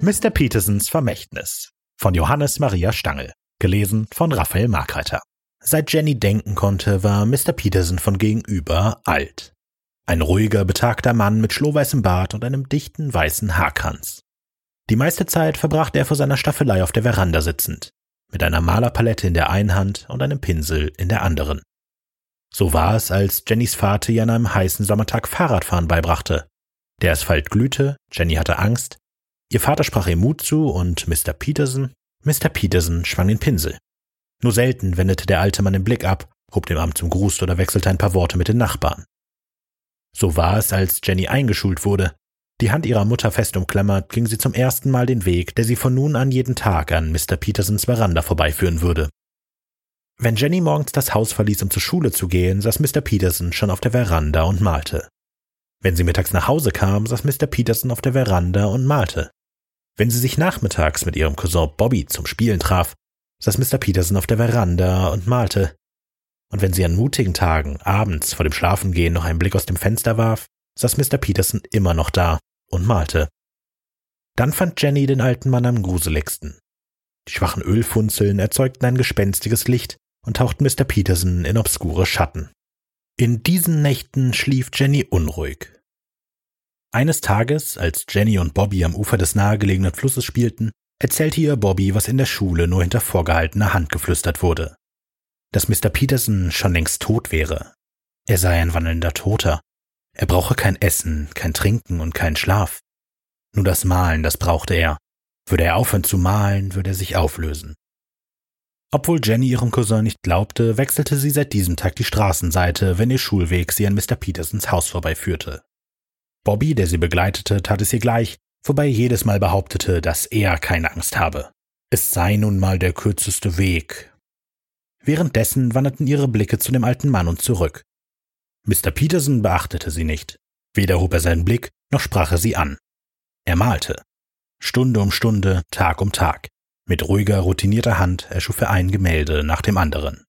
Mr. Petersens Vermächtnis von Johannes Maria Stangl, gelesen von Raphael Markreiter. Seit Jenny denken konnte, war Mr. Petersen von gegenüber alt. Ein ruhiger, betagter Mann mit schlohweißem Bart und einem dichten, weißen Haarkranz. Die meiste Zeit verbrachte er vor seiner Staffelei auf der Veranda sitzend, mit einer Malerpalette in der einen Hand und einem Pinsel in der anderen. So war es, als Jennys Vater ihr an einem heißen Sommertag Fahrradfahren beibrachte. Der Asphalt glühte, Jenny hatte Angst, ihr Vater sprach ihr Mut zu und Mr. Petersen schwang den Pinsel. Nur selten wendete der alte Mann den Blick ab, hob den Arm zum Gruß oder wechselte ein paar Worte mit den Nachbarn. So war es, als Jenny eingeschult wurde. Die Hand ihrer Mutter fest umklammert, ging sie zum ersten Mal den Weg, der sie von nun an jeden Tag an Mr. Petersens Veranda vorbeiführen würde. Wenn Jenny morgens das Haus verließ, um zur Schule zu gehen, saß Mr. Petersen schon auf der Veranda und malte. Wenn sie mittags nach Hause kam, saß Mr. Petersen auf der Veranda und malte. Wenn sie sich nachmittags mit ihrem Cousin Bobby zum Spielen traf, saß Mr. Petersen auf der Veranda und malte. Und wenn sie an mutigen Tagen abends vor dem Schlafengehen noch einen Blick aus dem Fenster warf, saß Mr. Petersen immer noch da und malte. Dann fand Jenny den alten Mann am gruseligsten. Die schwachen Ölfunzeln erzeugten ein gespenstiges Licht und tauchten Mr. Petersen in obskure Schatten. In diesen Nächten schlief Jenny unruhig. Eines Tages, als Jenny und Bobby am Ufer des nahegelegenen Flusses spielten, erzählte ihr Bobby, was in der Schule nur hinter vorgehaltener Hand geflüstert wurde. Dass Mr. Petersen schon längst tot wäre. Er sei ein wandelnder Toter. Er brauche kein Essen, kein Trinken und keinen Schlaf. Nur das Malen, das brauchte er. Würde er aufhören zu malen, würde er sich auflösen. Obwohl Jenny ihrem Cousin nicht glaubte, wechselte sie seit diesem Tag die Straßenseite, wenn ihr Schulweg sie an Mr. Petersens Haus vorbeiführte. Bobby, der sie begleitete, tat es ihr gleich, wobei er jedes Mal behauptete, dass er keine Angst habe. Es sei nun mal der kürzeste Weg. Währenddessen wanderten ihre Blicke zu dem alten Mann und zurück. Mr. Petersen beachtete sie nicht. Weder hob er seinen Blick, noch sprach er sie an. Er malte. Stunde um Stunde, Tag um Tag. Mit ruhiger, routinierter Hand erschuf er ein Gemälde nach dem anderen.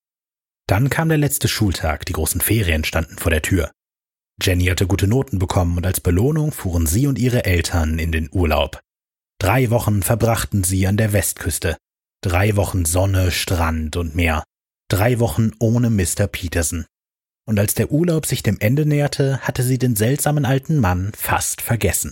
Dann kam der letzte Schultag, die großen Ferien standen vor der Tür. Jenny hatte gute Noten bekommen und als Belohnung fuhren sie und ihre Eltern in den Urlaub. 3 Wochen verbrachten sie an der Westküste. 3 Wochen Sonne, Strand und Meer. 3 Wochen ohne Mr. Petersen. Und als der Urlaub sich dem Ende näherte, hatte sie den seltsamen alten Mann fast vergessen.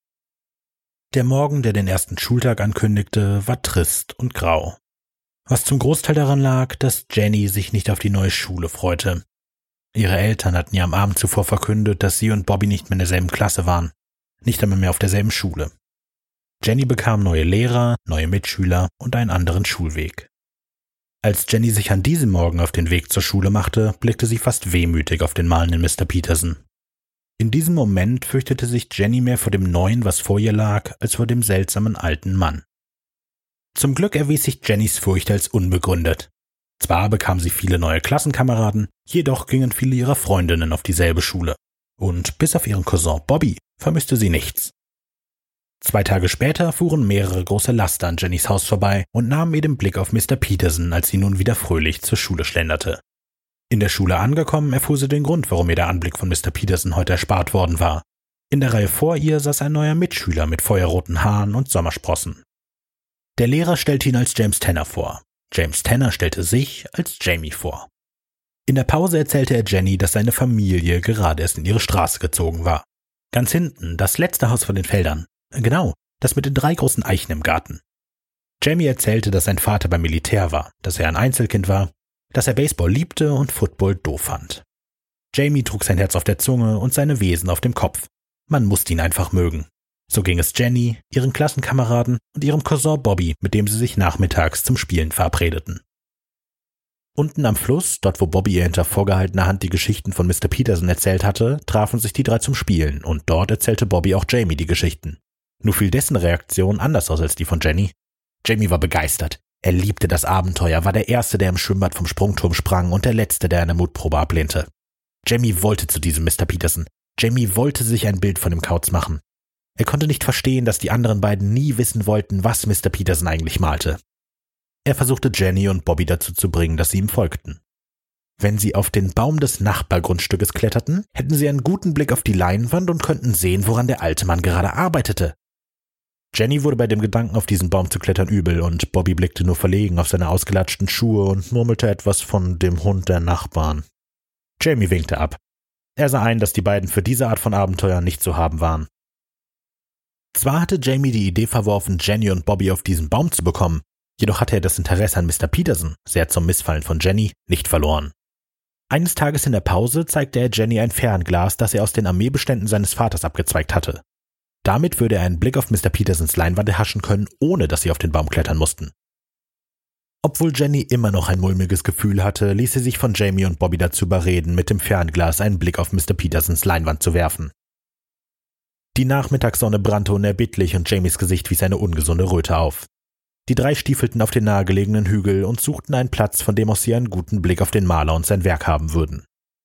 Der Morgen, der den ersten Schultag ankündigte, war trist und grau. Was zum Großteil daran lag, dass Jenny sich nicht auf die neue Schule freute. Ihre Eltern hatten ihr am Abend zuvor verkündet, dass sie und Bobby nicht mehr in derselben Klasse waren, nicht einmal mehr auf derselben Schule. Jenny bekam neue Lehrer, neue Mitschüler und einen anderen Schulweg. Als Jenny sich an diesem Morgen auf den Weg zur Schule machte, blickte sie fast wehmütig auf den malenden Mr. Petersen. In diesem Moment fürchtete sich Jenny mehr vor dem Neuen, was vor ihr lag, als vor dem seltsamen alten Mann. Zum Glück erwies sich Jennys Furcht als unbegründet. Zwar bekam sie viele neue Klassenkameraden, jedoch gingen viele ihrer Freundinnen auf dieselbe Schule. Und bis auf ihren Cousin Bobby vermisste sie nichts. 2 Tage später fuhren mehrere große Laster an Jennys Haus vorbei und nahmen ihr den Blick auf Mr. Petersen, als sie nun wieder fröhlich zur Schule schlenderte. In der Schule angekommen, erfuhr sie den Grund, warum ihr der Anblick von Mr. Petersen heute erspart worden war. In der Reihe vor ihr saß ein neuer Mitschüler mit feuerroten Haaren und Sommersprossen. Der Lehrer stellte ihn als James Tanner vor. James Tanner stellte sich als Jamie vor. In der Pause erzählte er Jenny, dass seine Familie gerade erst in ihre Straße gezogen war. Ganz hinten, das letzte Haus von den Feldern. Genau, das mit den 3 großen Eichen im Garten. Jamie erzählte, dass sein Vater beim Militär war, dass er ein Einzelkind war, dass er Baseball liebte und Football doof fand. Jamie trug sein Herz auf der Zunge und seine Wesen auf dem Kopf. Man musste ihn einfach mögen. So ging es Jenny, ihren Klassenkameraden und ihrem Cousin Bobby, mit dem sie sich nachmittags zum Spielen verabredeten. Unten am Fluss, dort wo Bobby ihr hinter vorgehaltener Hand die Geschichten von Mr. Petersen erzählt hatte, trafen sich die 3 zum Spielen und dort erzählte Bobby auch Jamie die Geschichten. Nur fiel dessen Reaktion anders aus als die von Jenny. Jamie war begeistert. Er liebte das Abenteuer, war der Erste, der im Schwimmbad vom Sprungturm sprang und der Letzte, der eine Mutprobe ablehnte. Jamie wollte zu diesem Mr. Petersen. Jamie wollte sich ein Bild von dem Kauz machen. Er konnte nicht verstehen, dass die anderen beiden nie wissen wollten, was Mr. Petersen eigentlich malte. Er versuchte Jenny und Bobby dazu zu bringen, dass sie ihm folgten. Wenn sie auf den Baum des Nachbargrundstückes kletterten, hätten sie einen guten Blick auf die Leinwand und könnten sehen, woran der alte Mann gerade arbeitete. Jenny wurde bei dem Gedanken, auf diesen Baum zu klettern, übel und Bobby blickte nur verlegen auf seine ausgelatschten Schuhe und murmelte etwas von dem Hund der Nachbarn. Jamie winkte ab. Er sah ein, dass die beiden für diese Art von Abenteuer nicht zu haben waren. Zwar hatte Jamie die Idee verworfen, Jenny und Bobby auf diesen Baum zu bekommen, jedoch hatte er das Interesse an Mr. Peterson, sehr zum Missfallen von Jenny, nicht verloren. Eines Tages in der Pause zeigte er Jenny ein Fernglas, das er aus den Armeebeständen seines Vaters abgezweigt hatte. Damit würde er einen Blick auf Mr. Petersons Leinwand erhaschen können, ohne dass sie auf den Baum klettern mussten. Obwohl Jenny immer noch ein mulmiges Gefühl hatte, ließ sie sich von Jamie und Bobby dazu überreden, mit dem Fernglas einen Blick auf Mr. Petersons Leinwand zu werfen. Die Nachmittagssonne brannte unerbittlich und Jamies Gesicht wies eine ungesunde Röte auf. Die drei stiefelten auf den nahegelegenen Hügel und suchten einen Platz, von dem aus sie einen guten Blick auf den Maler und sein Werk haben würden.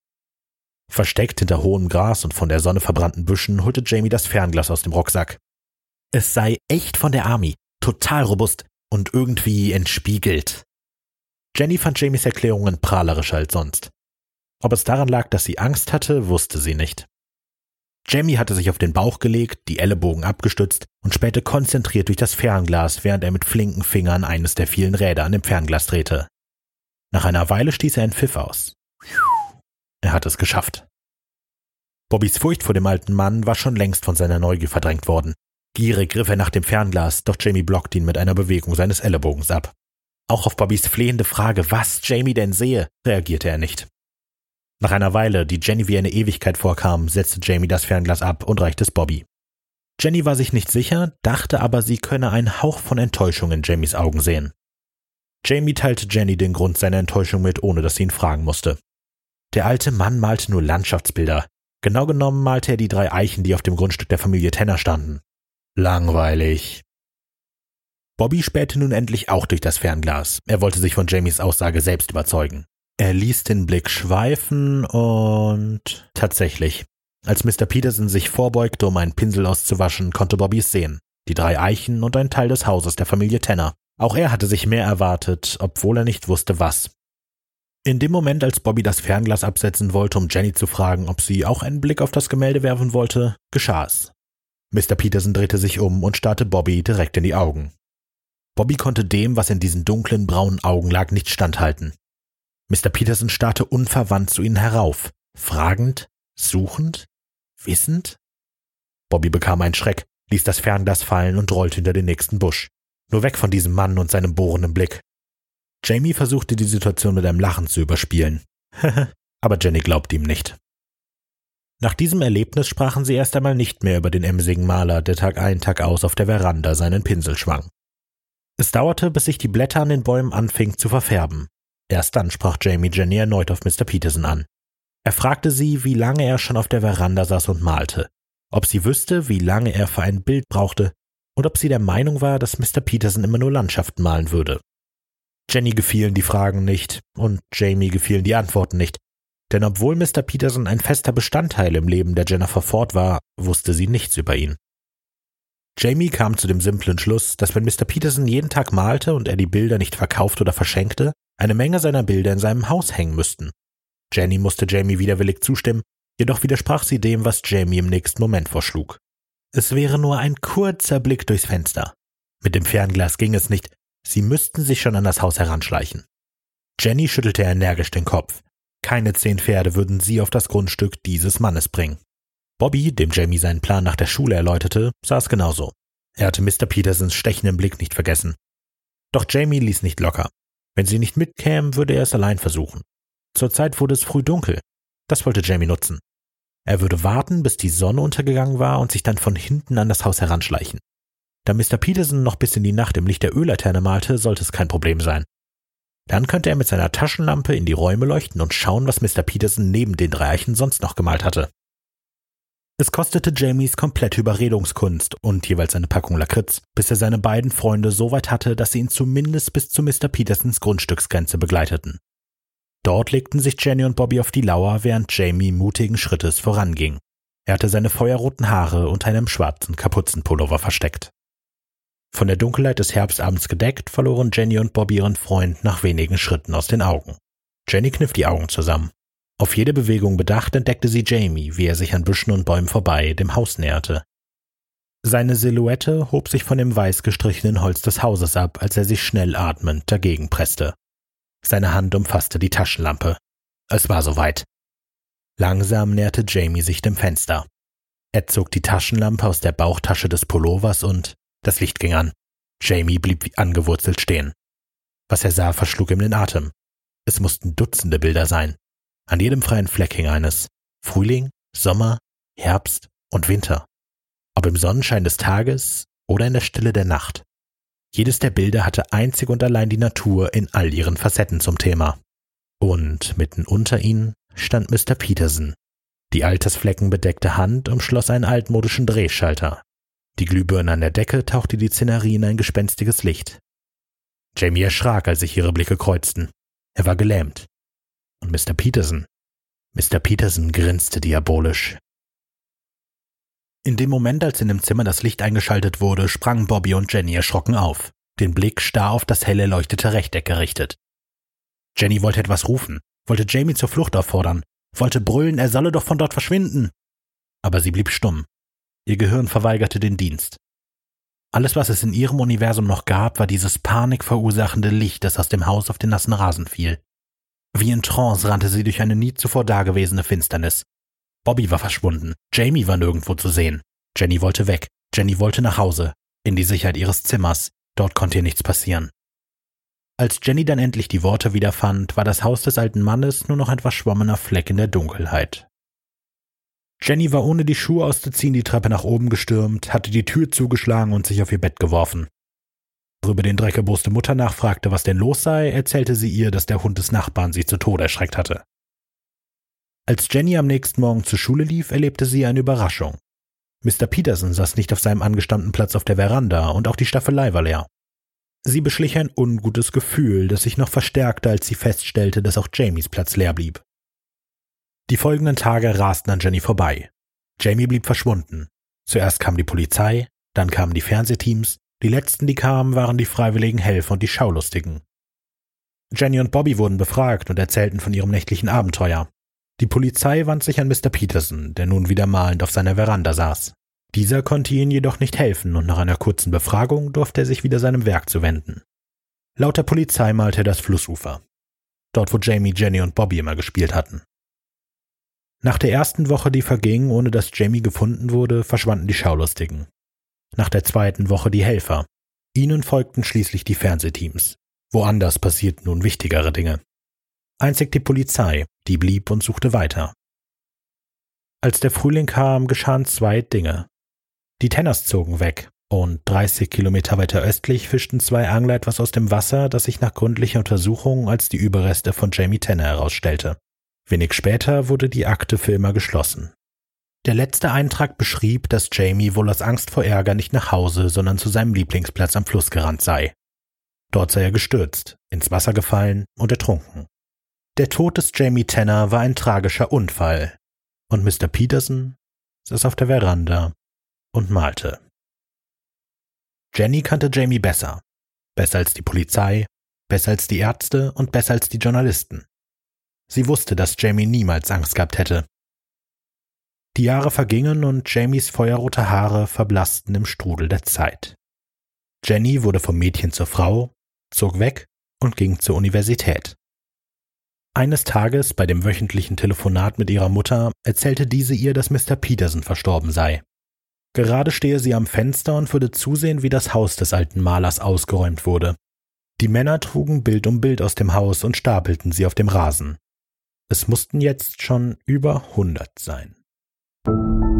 Versteckt hinter hohem Gras und von der Sonne verbrannten Büschen holte Jamie das Fernglas aus dem Rucksack. Es sei echt von der Army, total robust und irgendwie entspiegelt. Jenny fand Jamies Erklärungen prahlerischer als sonst. Ob es daran lag, dass sie Angst hatte, wusste sie nicht. Jamie hatte sich auf den Bauch gelegt, die Ellenbogen abgestützt und spähte konzentriert durch das Fernglas, während er mit flinken Fingern eines der vielen Räder an dem Fernglas drehte. Nach einer Weile stieß er einen Pfiff aus. Er hatte es geschafft. Bobbys Furcht vor dem alten Mann war schon längst von seiner Neugier verdrängt worden. Gierig griff er nach dem Fernglas, doch Jamie blockte ihn mit einer Bewegung seines Ellenbogens ab. Auch auf Bobbys flehende Frage, was Jamie denn sehe, reagierte er nicht. Nach einer Weile, die Jenny wie eine Ewigkeit vorkam, setzte Jamie das Fernglas ab und reichte es Bobby. Jenny war sich nicht sicher, dachte aber, sie könne einen Hauch von Enttäuschung in Jamies Augen sehen. Jamie teilte Jenny den Grund seiner Enttäuschung mit, ohne dass sie ihn fragen musste. Der alte Mann malte nur Landschaftsbilder. Genau genommen malte er die 3 Eichen, die auf dem Grundstück der Familie Tanner standen. Langweilig. Bobby spähte nun endlich auch durch das Fernglas. Er wollte sich von Jamies Aussage selbst überzeugen. Er ließ den Blick schweifen und tatsächlich, als Mr. Peterson sich vorbeugte, um einen Pinsel auszuwaschen, konnte Bobby es sehen. Die 3 Eichen und ein Teil des Hauses der Familie Tanner. Auch er hatte sich mehr erwartet, obwohl er nicht wusste, was. In dem Moment, als Bobby das Fernglas absetzen wollte, um Jenny zu fragen, ob sie auch einen Blick auf das Gemälde werfen wollte, geschah es. Mr. Peterson drehte sich um und starrte Bobby direkt in die Augen. Bobby konnte dem, was in diesen dunklen, braunen Augen lag, nicht standhalten. Mr. Peterson starrte unverwandt zu ihnen herauf, fragend, suchend, wissend. Bobby bekam einen Schreck, ließ das Fernglas fallen und rollte hinter den nächsten Busch. Nur weg von diesem Mann und seinem bohrenden Blick. Jamie versuchte die Situation mit einem Lachen zu überspielen. Aber Jenny glaubte ihm nicht. Nach diesem Erlebnis sprachen sie erst einmal nicht mehr über den emsigen Maler, der Tag ein, Tag aus auf der Veranda seinen Pinsel schwang. Es dauerte, bis sich die Blätter an den Bäumen anfingen zu verfärben. Erst dann sprach Jamie Jenny erneut auf Mr. Peterson an. Er fragte sie, wie lange er schon auf der Veranda saß und malte, ob sie wüsste, wie lange er für ein Bild brauchte und ob sie der Meinung war, dass Mr. Peterson immer nur Landschaften malen würde. Jenny gefielen die Fragen nicht und Jamie gefielen die Antworten nicht, denn obwohl Mr. Peterson ein fester Bestandteil im Leben der Jennifer Ford war, wusste sie nichts über ihn. Jamie kam zu dem simplen Schluss, dass wenn Mr. Peterson jeden Tag malte und er die Bilder nicht verkaufte oder verschenkte, eine Menge seiner Bilder in seinem Haus hängen müssten. Jenny musste Jamie widerwillig zustimmen, jedoch widersprach sie dem, was Jamie im nächsten Moment vorschlug. Es wäre nur ein kurzer Blick durchs Fenster. Mit dem Fernglas ging es nicht, sie müssten sich schon an das Haus heranschleichen. Jenny schüttelte energisch den Kopf. Keine 10 Pferde würden sie auf das Grundstück dieses Mannes bringen. Bobby, dem Jamie seinen Plan nach der Schule erläuterte, sah es genauso. Er hatte Mr. Petersons stechenden Blick nicht vergessen. Doch Jamie ließ nicht locker. Wenn sie nicht mitkämen, würde er es allein versuchen. Zurzeit wurde es früh dunkel. Das wollte Jamie nutzen. Er würde warten, bis die Sonne untergegangen war und sich dann von hinten an das Haus heranschleichen. Da Mr. Peterson noch bis in die Nacht im Licht der Öllaterne malte, sollte es kein Problem sein. Dann könnte er mit seiner Taschenlampe in die Räume leuchten und schauen, was Mr. Peterson neben den 3 Eichen sonst noch gemalt hatte. Es kostete Jamies komplette Überredungskunst und jeweils eine Packung Lakritz, bis er seine beiden Freunde so weit hatte, dass sie ihn zumindest bis zu Mr. Petersons Grundstücksgrenze begleiteten. Dort legten sich Jenny und Bobby auf die Lauer, während Jamie mutigen Schrittes voranging. Er hatte seine feuerroten Haare unter einem schwarzen Kapuzenpullover versteckt. Von der Dunkelheit des Herbstabends gedeckt, verloren Jenny und Bobby ihren Freund nach wenigen Schritten aus den Augen. Jenny kniff die Augen zusammen. Auf jede Bewegung bedacht, entdeckte sie Jamie, wie er sich an Büschen und Bäumen vorbei dem Haus näherte. Seine Silhouette hob sich von dem weiß gestrichenen Holz des Hauses ab, als er sich schnell atmend dagegen presste. Seine Hand umfasste die Taschenlampe. Es war soweit. Langsam näherte Jamie sich dem Fenster. Er zog die Taschenlampe aus der Bauchtasche des Pullovers und das Licht ging an. Jamie blieb wie angewurzelt stehen. Was er sah, verschlug ihm den Atem. Es mussten Dutzende Bilder sein. An jedem freien Fleck hing eines. Frühling, Sommer, Herbst und Winter. Ob im Sonnenschein des Tages oder in der Stille der Nacht. Jedes der Bilder hatte einzig und allein die Natur in all ihren Facetten zum Thema. Und mitten unter ihnen stand Mr. Peterson. Die altersfleckenbedeckte Hand umschloss einen altmodischen Drehschalter. Die Glühbirne an der Decke tauchte die Szenerie in ein gespenstiges Licht. Jamie erschrak, als sich ihre Blicke kreuzten. Er war gelähmt. Und Mr. Peterson grinste diabolisch. In dem Moment, als in dem Zimmer das Licht eingeschaltet wurde, sprangen Bobby und Jenny erschrocken auf, den Blick starr auf das hell erleuchtete Rechteck gerichtet. Jenny wollte etwas rufen, wollte Jamie zur Flucht auffordern, wollte brüllen, er solle doch von dort verschwinden. Aber sie blieb stumm. Ihr Gehirn verweigerte den Dienst. Alles, was es in ihrem Universum noch gab, war dieses panikverursachende Licht, das aus dem Haus auf den nassen Rasen fiel. Wie in Trance rannte sie durch eine nie zuvor dagewesene Finsternis. Bobby war verschwunden, Jamie war nirgendwo zu sehen. Jenny wollte weg, Jenny wollte nach Hause, in die Sicherheit ihres Zimmers, dort konnte ihr nichts passieren. Als Jenny dann endlich die Worte wiederfand, war das Haus des alten Mannes nur noch ein verschwommener Fleck in der Dunkelheit. Jenny war ohne die Schuhe auszuziehen die Treppe nach oben gestürmt, hatte die Tür zugeschlagen und sich auf ihr Bett geworfen. Als über den Dreck erboste Mutter nachfragte, was denn los sei, erzählte sie ihr, dass der Hund des Nachbarn sie zu Tode erschreckt hatte. Als Jenny am nächsten Morgen zur Schule lief, erlebte sie eine Überraschung. Mr. Peterson saß nicht auf seinem angestammten Platz auf der Veranda und auch die Staffelei war leer. Sie beschlich ein ungutes Gefühl, das sich noch verstärkte, als sie feststellte, dass auch Jamies Platz leer blieb. Die folgenden Tage rasten an Jenny vorbei. Jamie blieb verschwunden. Zuerst kam die Polizei, dann kamen die Fernsehteams, die letzten, die kamen, waren die freiwilligen Helfer und die Schaulustigen. Jenny und Bobby wurden befragt und erzählten von ihrem nächtlichen Abenteuer. Die Polizei wandte sich an Mr. Peterson, der nun wieder malend auf seiner Veranda saß. Dieser konnte ihnen jedoch nicht helfen und nach einer kurzen Befragung durfte er sich wieder seinem Werk zuwenden. Laut der Polizei malte er das Flussufer. Dort, wo Jamie, Jenny und Bobby immer gespielt hatten. Nach der ersten Woche, die verging, ohne dass Jamie gefunden wurde, verschwanden die Schaulustigen. Nach der zweiten Woche die Helfer. Ihnen folgten schließlich die Fernsehteams. Woanders passierten nun wichtigere Dinge. Einzig die Polizei, die blieb und suchte weiter. Als der Frühling kam, geschahen zwei Dinge. Die Tenners zogen weg und 30 Kilometer weiter östlich fischten zwei Angler etwas aus dem Wasser, das sich nach gründlicher Untersuchung als die Überreste von Jamie Tanner herausstellte. Wenig später wurde die Akte für immer geschlossen. Der letzte Eintrag beschrieb, dass Jamie wohl aus Angst vor Ärger nicht nach Hause, sondern zu seinem Lieblingsplatz am Fluss gerannt sei. Dort sei er gestürzt, ins Wasser gefallen und ertrunken. Der Tod des Jamie Tanner war ein tragischer Unfall und Mr. Peterson saß auf der Veranda und malte. Jenny kannte Jamie besser. Besser als die Polizei, besser als die Ärzte und besser als die Journalisten. Sie wusste, dass Jamie niemals Angst gehabt hätte. Die Jahre vergingen und Jamies feuerrote Haare verblassten im Strudel der Zeit. Jenny wurde vom Mädchen zur Frau, zog weg und ging zur Universität. Eines Tages bei dem wöchentlichen Telefonat mit ihrer Mutter erzählte diese ihr, dass Mr. Peterson verstorben sei. Gerade stehe sie am Fenster und würde zusehen, wie das Haus des alten Malers ausgeräumt wurde. Die Männer trugen Bild um Bild aus dem Haus und stapelten sie auf dem Rasen. Es mussten jetzt schon über 100 sein.